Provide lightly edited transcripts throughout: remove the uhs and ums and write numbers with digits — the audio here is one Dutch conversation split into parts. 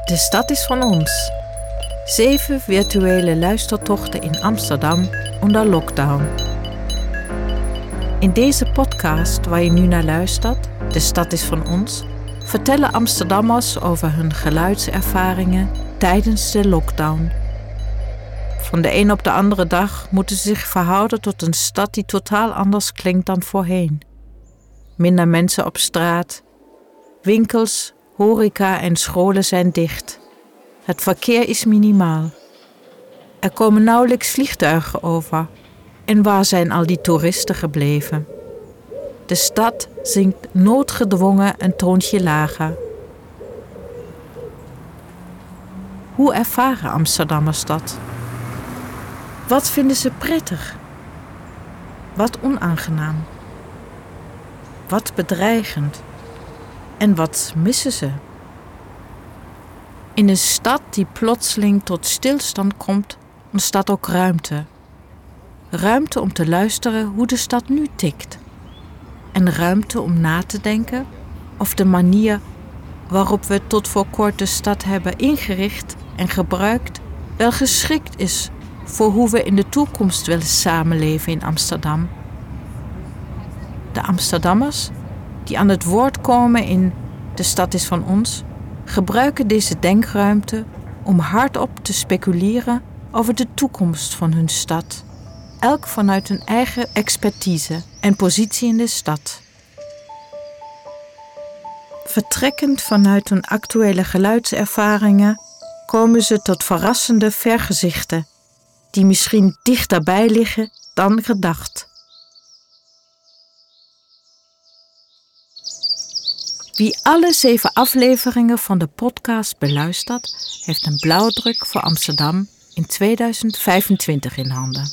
De stad is van ons. 7 virtuele luistertochten in Amsterdam onder lockdown. In deze podcast waar je nu naar luistert, De stad is van ons, vertellen Amsterdammers over hun geluidservaringen tijdens de lockdown. Van de een op de andere dag moeten ze zich verhouden tot een stad die totaal anders klinkt dan voorheen. Minder mensen op straat, winkels, horeca en scholen zijn dicht. Het verkeer is minimaal. Er komen nauwelijks vliegtuigen over. En waar zijn al die toeristen gebleven? De stad zinkt noodgedwongen een toontje lager. Hoe ervaren Amsterdammers dat? Wat vinden ze prettig? Wat onaangenaam? Wat bedreigend? En wat missen ze? In een stad die plotseling tot stilstand komt, ontstaat ook ruimte. Ruimte om te luisteren hoe de stad nu tikt. En ruimte om na te denken of de manier waarop we tot voor kort de stad hebben ingericht en gebruikt wel geschikt is voor hoe we in de toekomst willen samenleven in Amsterdam. De Amsterdammers die aan het woord komen in De stad is van ons, gebruiken deze denkruimte om hardop te speculeren over de toekomst van hun stad. Elk vanuit hun eigen expertise en positie in de stad. Vertrekkend vanuit hun actuele geluidservaringen komen ze tot verrassende vergezichten die misschien dichterbij liggen dan gedacht. Wie alle 7 afleveringen van de podcast beluistert, heeft een blauwdruk voor Amsterdam in 2025 in handen.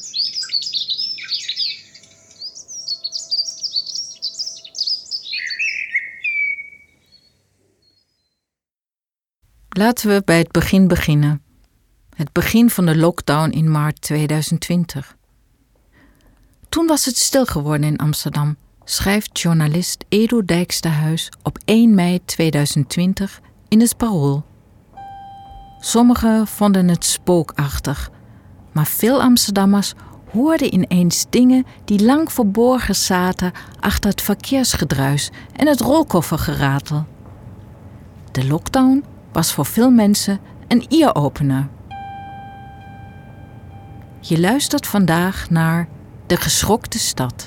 Laten we bij het begin beginnen. Het begin van de lockdown in maart 2020. Toen was het stil geworden in Amsterdam, schrijft journalist Edo Dijksterhuis op 1 mei 2020 in het Parool. Sommigen vonden het spookachtig, maar veel Amsterdammers hoorden ineens dingen die lang verborgen zaten achter het verkeersgedruis en het rolkoffergeratel. De lockdown was voor veel mensen een ear-opener. Je luistert vandaag naar De geschokte stad.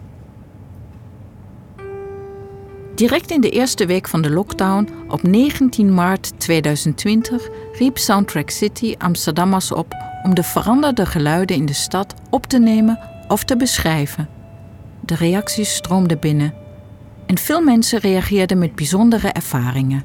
Direct in de eerste week van de lockdown, op 19 maart 2020, riep Soundtrack City Amsterdammers op om de veranderde geluiden in de stad op te nemen of te beschrijven. De reacties stroomden binnen en veel mensen reageerden met bijzondere ervaringen.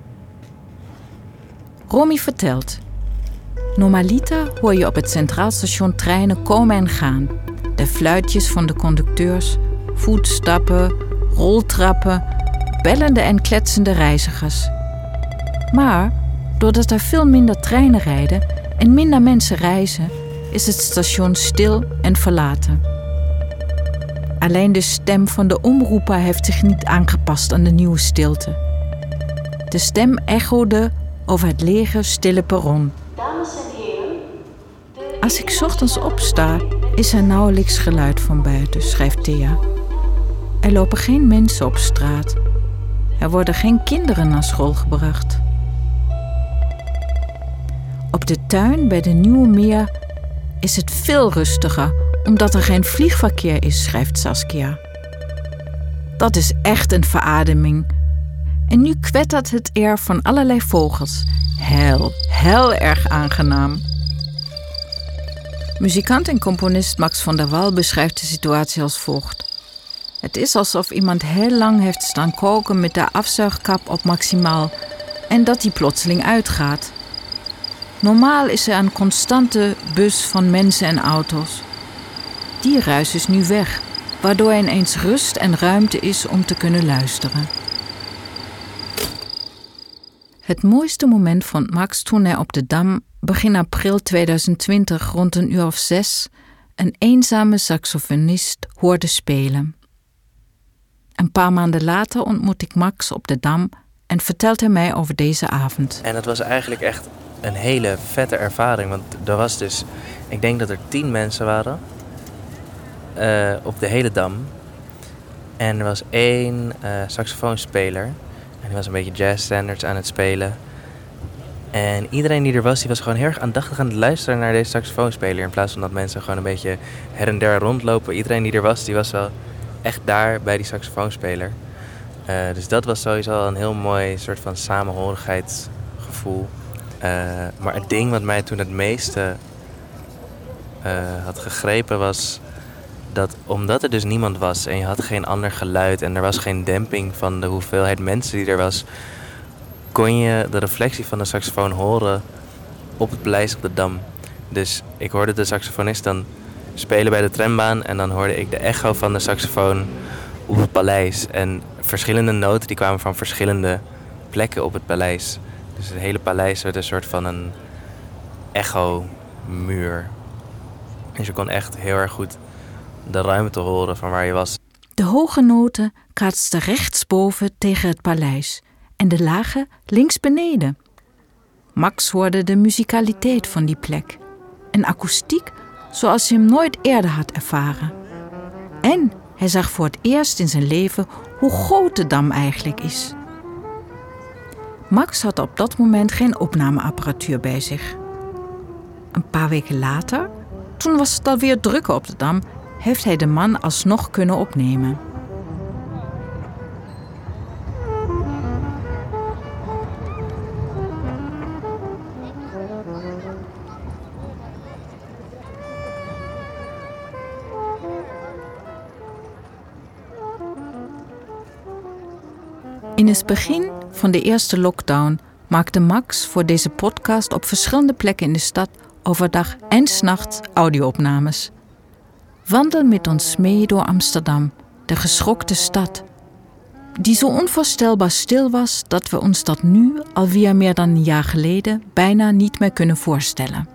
Romy vertelt: normaliter hoor je op het Centraal Station treinen komen en gaan. De fluitjes van de conducteurs, voetstappen, roltrappen, bellende en kletsende reizigers. Maar doordat er veel minder treinen rijden en minder mensen reizen, is het station stil en verlaten. Alleen de stem van de omroeper heeft zich niet aangepast aan de nieuwe stilte. De stem echode over het lege, stille perron. Dames en heren, Als ik 's ochtends opsta, is er nauwelijks geluid van buiten, schrijft Thea. Er lopen geen mensen op straat. Er worden geen kinderen naar school gebracht. Op de tuin bij de Nieuwe Meer is het veel rustiger, omdat er geen vliegverkeer is, schrijft Saskia. Dat is echt een verademing. En nu kwettert het er van allerlei vogels. Heel erg aangenaam. Muzikant en componist Max van der Wal beschrijft de situatie als volgt. Het is alsof iemand heel lang heeft staan koken met de afzuigkap op maximaal en dat die plotseling uitgaat. Normaal is er een constante bus van mensen en auto's. Die ruis is nu weg, waardoor er ineens rust en ruimte is om te kunnen luisteren. Het mooiste moment vond Max toen hij op de Dam begin april 2020 rond 6:00 een eenzame saxofonist hoorde spelen. Een paar maanden later ontmoet ik Max op de Dam en vertelt hij mij over deze avond. En het was eigenlijk echt een hele vette ervaring. Want er was dus, ik denk dat er 10 mensen waren op de hele Dam. En er was 1 saxofoonspeler. En die was een beetje jazzstandards aan het spelen. En iedereen die was gewoon heel erg aandachtig aan het luisteren naar deze saxofoonspeler. In plaats van dat mensen gewoon een beetje her en der rondlopen. Iedereen die was wel echt daar bij die saxofoonspeler. Dus dat was sowieso een heel mooi soort van samenhorigheidsgevoel. Maar het ding wat mij toen het meeste had gegrepen was dat omdat er dus niemand was en je had geen ander geluid en er was geen demping van de hoeveelheid mensen die er was, kon je de reflectie van de saxofoon horen op het paleis op de Dam. Dus ik hoorde de saxofonist dan spelen bij de trambaan en dan hoorde ik de echo van de saxofoon op het paleis. En verschillende noten die kwamen van verschillende plekken op het paleis. Dus het hele paleis werd een soort van een echo-muur. Dus je kon echt heel erg goed de ruimte horen van waar je was. De hoge noten kaatsten rechtsboven tegen het paleis en de lage links beneden. Max hoorde de muzikaliteit van die plek. Een akoestiek zoals hij hem nooit eerder had ervaren. En hij zag voor het eerst in zijn leven hoe groot de Dam eigenlijk is. Max had op dat moment geen opnameapparatuur bij zich. Een paar weken later, toen was het alweer drukker op de Dam, heeft hij de man alsnog kunnen opnemen. In het begin van de eerste lockdown maakte Max voor deze podcast op verschillende plekken in de stad overdag en 's nachts audio-opnames. Wandel met ons mee door Amsterdam, de geschokte stad, die zo onvoorstelbaar stil was dat we ons dat nu, alweer meer dan een jaar geleden, bijna niet meer kunnen voorstellen.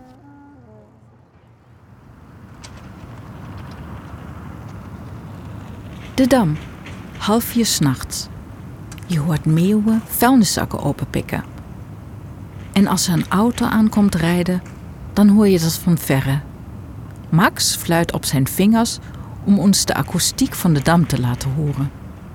De Dam, 3:30 's nachts. Je hoort meeuwen vuilniszakken openpikken. En als er een auto aankomt rijden, dan hoor je dat van verre. Max fluit op zijn vingers om ons de akoestiek van de Dam te laten horen.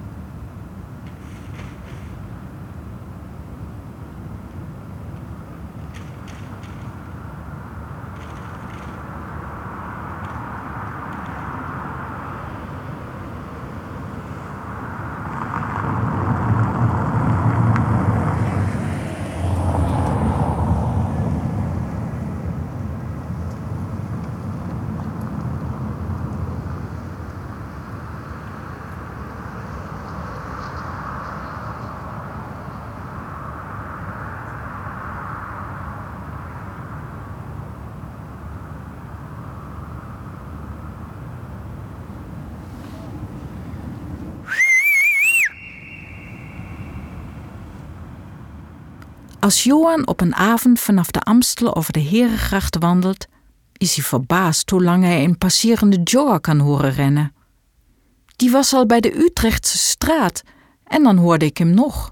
Als Johan op een avond vanaf de Amstel over de Herengracht wandelt, is hij verbaasd hoe lang hij een passerende jogger kan horen rennen. Die was al bij de Utrechtse straat en dan hoorde ik hem nog.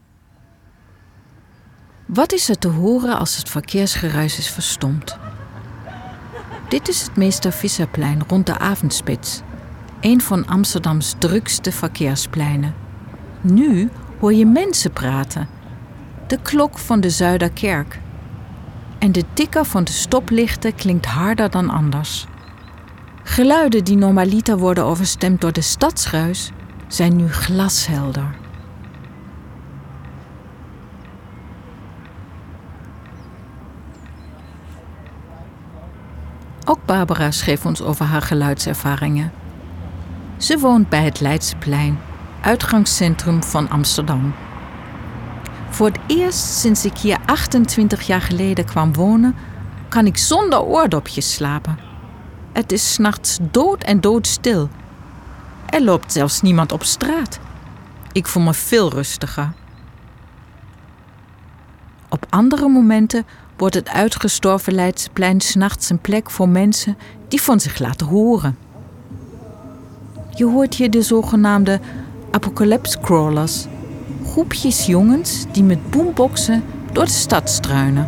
Wat is er te horen als het verkeersgeruis is verstomd? Dit is het Meester Visserplein rond de avondspits, een van Amsterdams drukste verkeerspleinen. Nu hoor je mensen praten. De klok van de Zuiderkerk. En de tikker van de stoplichten klinkt harder dan anders. Geluiden die normaliter worden overstemd door de stadsruis zijn nu glashelder. Ook Barbara schreef ons over haar geluidservaringen. Ze woont bij het Leidseplein, uitgangscentrum van Amsterdam. Voor het eerst sinds ik hier 28 jaar geleden kwam wonen, kan ik zonder oordopjes slapen. Het is 's nachts dood en doodstil. Er loopt zelfs niemand op straat. Ik voel me veel rustiger. Op andere momenten wordt het uitgestorven Leidseplein 's nachts een plek voor mensen die van zich laten horen. Je hoort hier de zogenaamde apocalypse crawlers, groepjes jongens die met boomboxen door de stad struinen.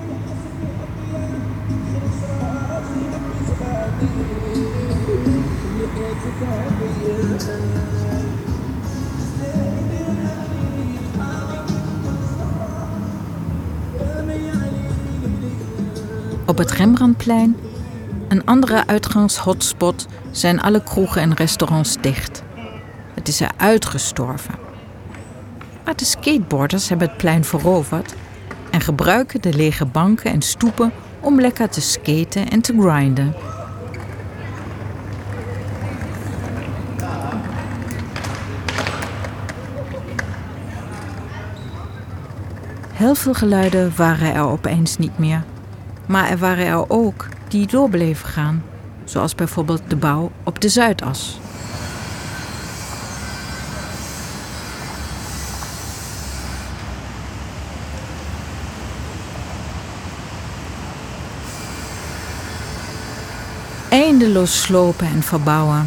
Op het Rembrandtplein, een andere uitgangshotspot, zijn alle kroegen en restaurants dicht. Het is er uitgestorven. Maar de skateboarders hebben het plein veroverd en gebruiken de lege banken en stoepen om lekker te skaten en te grinden. Heel veel geluiden waren er opeens niet meer. Maar er waren er ook die door bleven gaan, zoals bijvoorbeeld de bouw op de Zuidas. Eindeloos slopen en verbouwen.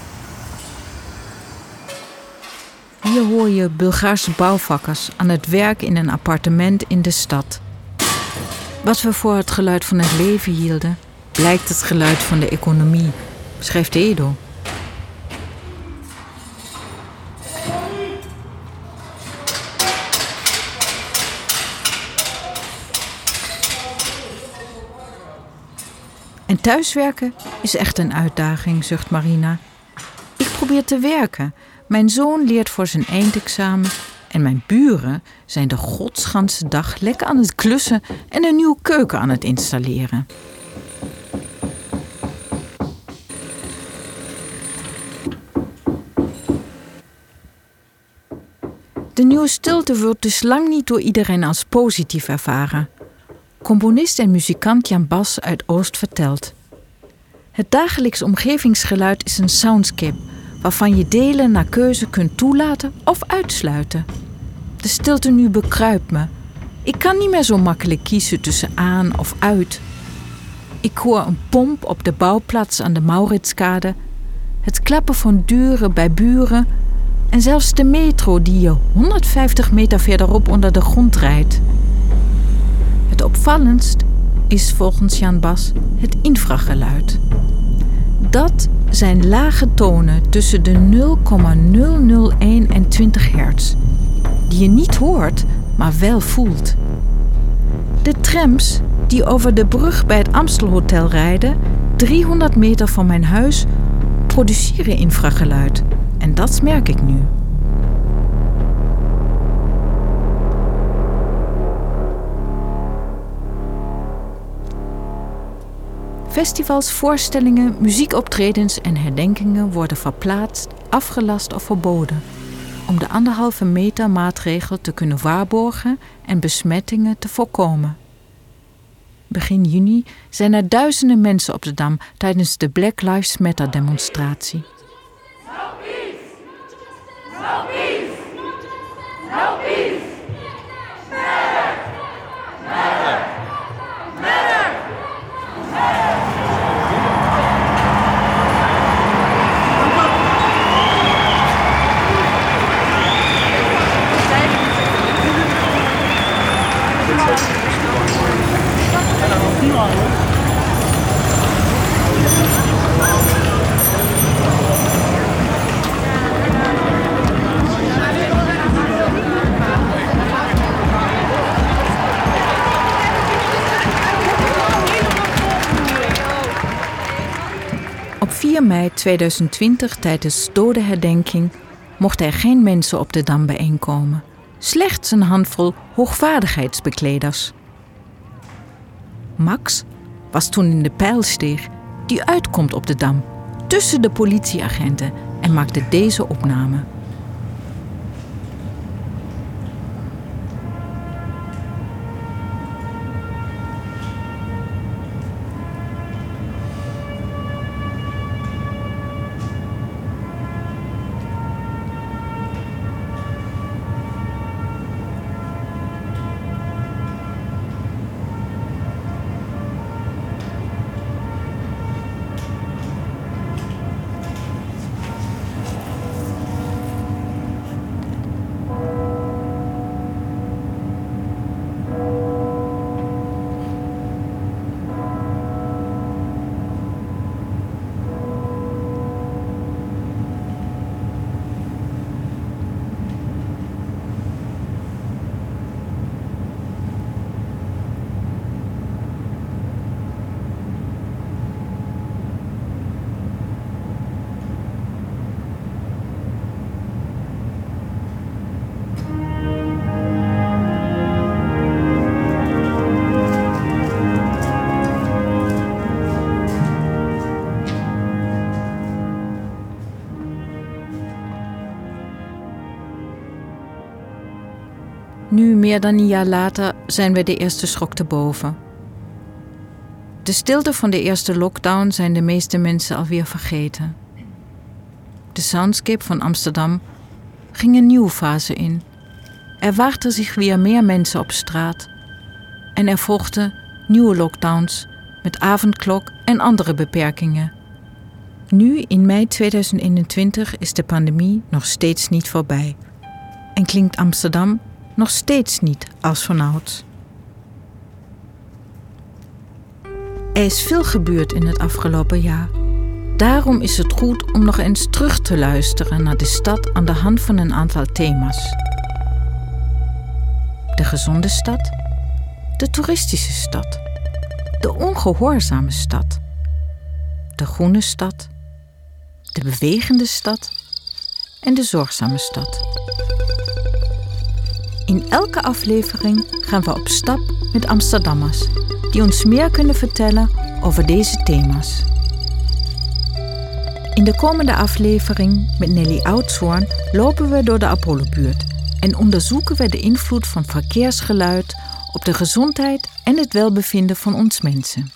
Hier hoor je Bulgaarse bouwvakkers aan het werk in een appartement in de stad. Wat we voor het geluid van het leven hielden, blijkt het geluid van de economie, schrijft Edo. En thuiswerken is echt een uitdaging, zucht Marina. Ik probeer te werken. Mijn zoon leert voor zijn eindexamen en mijn buren zijn de godsganse dag lekker aan het klussen en een nieuwe keuken aan het installeren. De nieuwe stilte wordt dus lang niet door iedereen als positief ervaren. Componist en muzikant Jan Bas uit Oost vertelt: het dagelijks omgevingsgeluid is een soundscape waarvan je delen naar keuze kunt toelaten of uitsluiten. De stilte nu bekruipt me. Ik kan niet meer zo makkelijk kiezen tussen aan of uit. Ik hoor een pomp op de bouwplaats aan de Mauritskade, het klappen van deuren bij buren en zelfs de metro die je 150 meter verderop onder de grond rijdt. Het opvallendst is volgens Jan Bas het infrageluid. Dat zijn lage tonen tussen de 0,001 en 20 hertz, die je niet hoort, maar wel voelt. De trams die over de brug bij het Amstelhotel rijden, 300 meter van mijn huis, produceren infrageluid. En dat merk ik nu. Festivals, voorstellingen, muziekoptredens en herdenkingen worden verplaatst, afgelast of verboden, om de 1,5 meter maatregel te kunnen waarborgen en besmettingen te voorkomen. Begin juni zijn er duizenden mensen op de Dam tijdens de Black Lives Matter demonstratie. Op 4 mei 2020, tijdens dodenherdenking, mochten er geen mensen op de Dam bijeenkomen. Slechts een handvol hoogvaardigheidsbekleders. Max was toen in de pijlsteeg die uitkomt op de Dam, tussen de politieagenten, en maakte deze opname. Nu, meer dan een jaar later, zijn we de eerste schok te boven. De stilte van de eerste lockdown zijn de meeste mensen alweer vergeten. De soundscape van Amsterdam ging een nieuwe fase in. Er waagden zich weer meer mensen op straat. En er volgden nieuwe lockdowns met avondklok en andere beperkingen. Nu, in mei 2021, is de pandemie nog steeds niet voorbij. En klinkt Amsterdam nog steeds niet als vanouds. Er is veel gebeurd in het afgelopen jaar. Daarom is het goed om nog eens terug te luisteren naar de stad aan de hand van een aantal thema's. De gezonde stad, de toeristische stad, de ongehoorzame stad, de groene stad, de bewegende stad en de zorgzame stad. In elke aflevering gaan we op stap met Amsterdammers die ons meer kunnen vertellen over deze thema's. In de komende aflevering met Nelly Oudshoorn lopen we door de Apollobuurt en onderzoeken we de invloed van verkeersgeluid op de gezondheid en het welbevinden van ons mensen.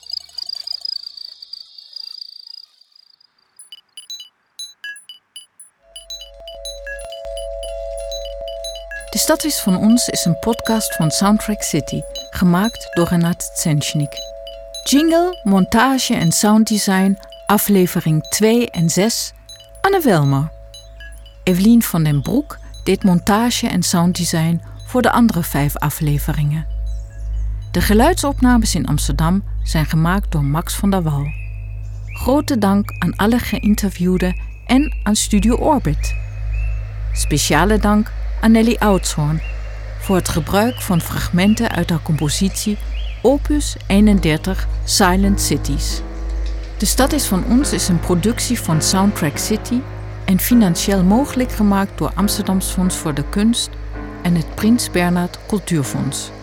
De Stad is van ons is een podcast van Soundtrack City, gemaakt door Renat Tsenchnik. Jingle, montage en sounddesign, aflevering 2 en 6, Anne Welmer. Evelien van den Broek deed montage en sounddesign voor de andere 5 afleveringen. De geluidsopnames in Amsterdam zijn gemaakt door Max van der Wal. Grote dank aan alle geïnterviewden en aan Studio Orbit. Speciale dank aan Nelly Oudshoorn voor het gebruik van fragmenten uit haar compositie Opus 31 Silent Cities. De Stad is van ons is een productie van Soundtrack City en financieel mogelijk gemaakt door Amsterdams Fonds voor de Kunst en het Prins Bernhard Cultuurfonds.